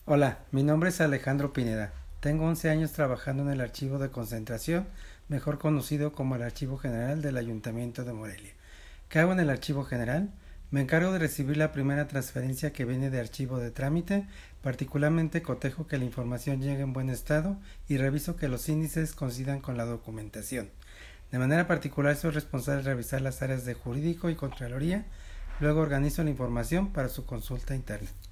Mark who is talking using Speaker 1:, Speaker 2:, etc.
Speaker 1: Hola, mi nombre es Alejandro Pineda. Tengo 11 años trabajando en el archivo de concentración, mejor conocido como el Archivo General del Ayuntamiento de Morelia. ¿Qué hago en el Archivo General? Me encargo de recibir la primera transferencia que viene de archivo de trámite, particularmente cotejo que la información llegue en buen estado y reviso que los índices coincidan con la documentación. De manera particular soy responsable de revisar las áreas de jurídico y contraloría, luego organizo la información para su consulta interna.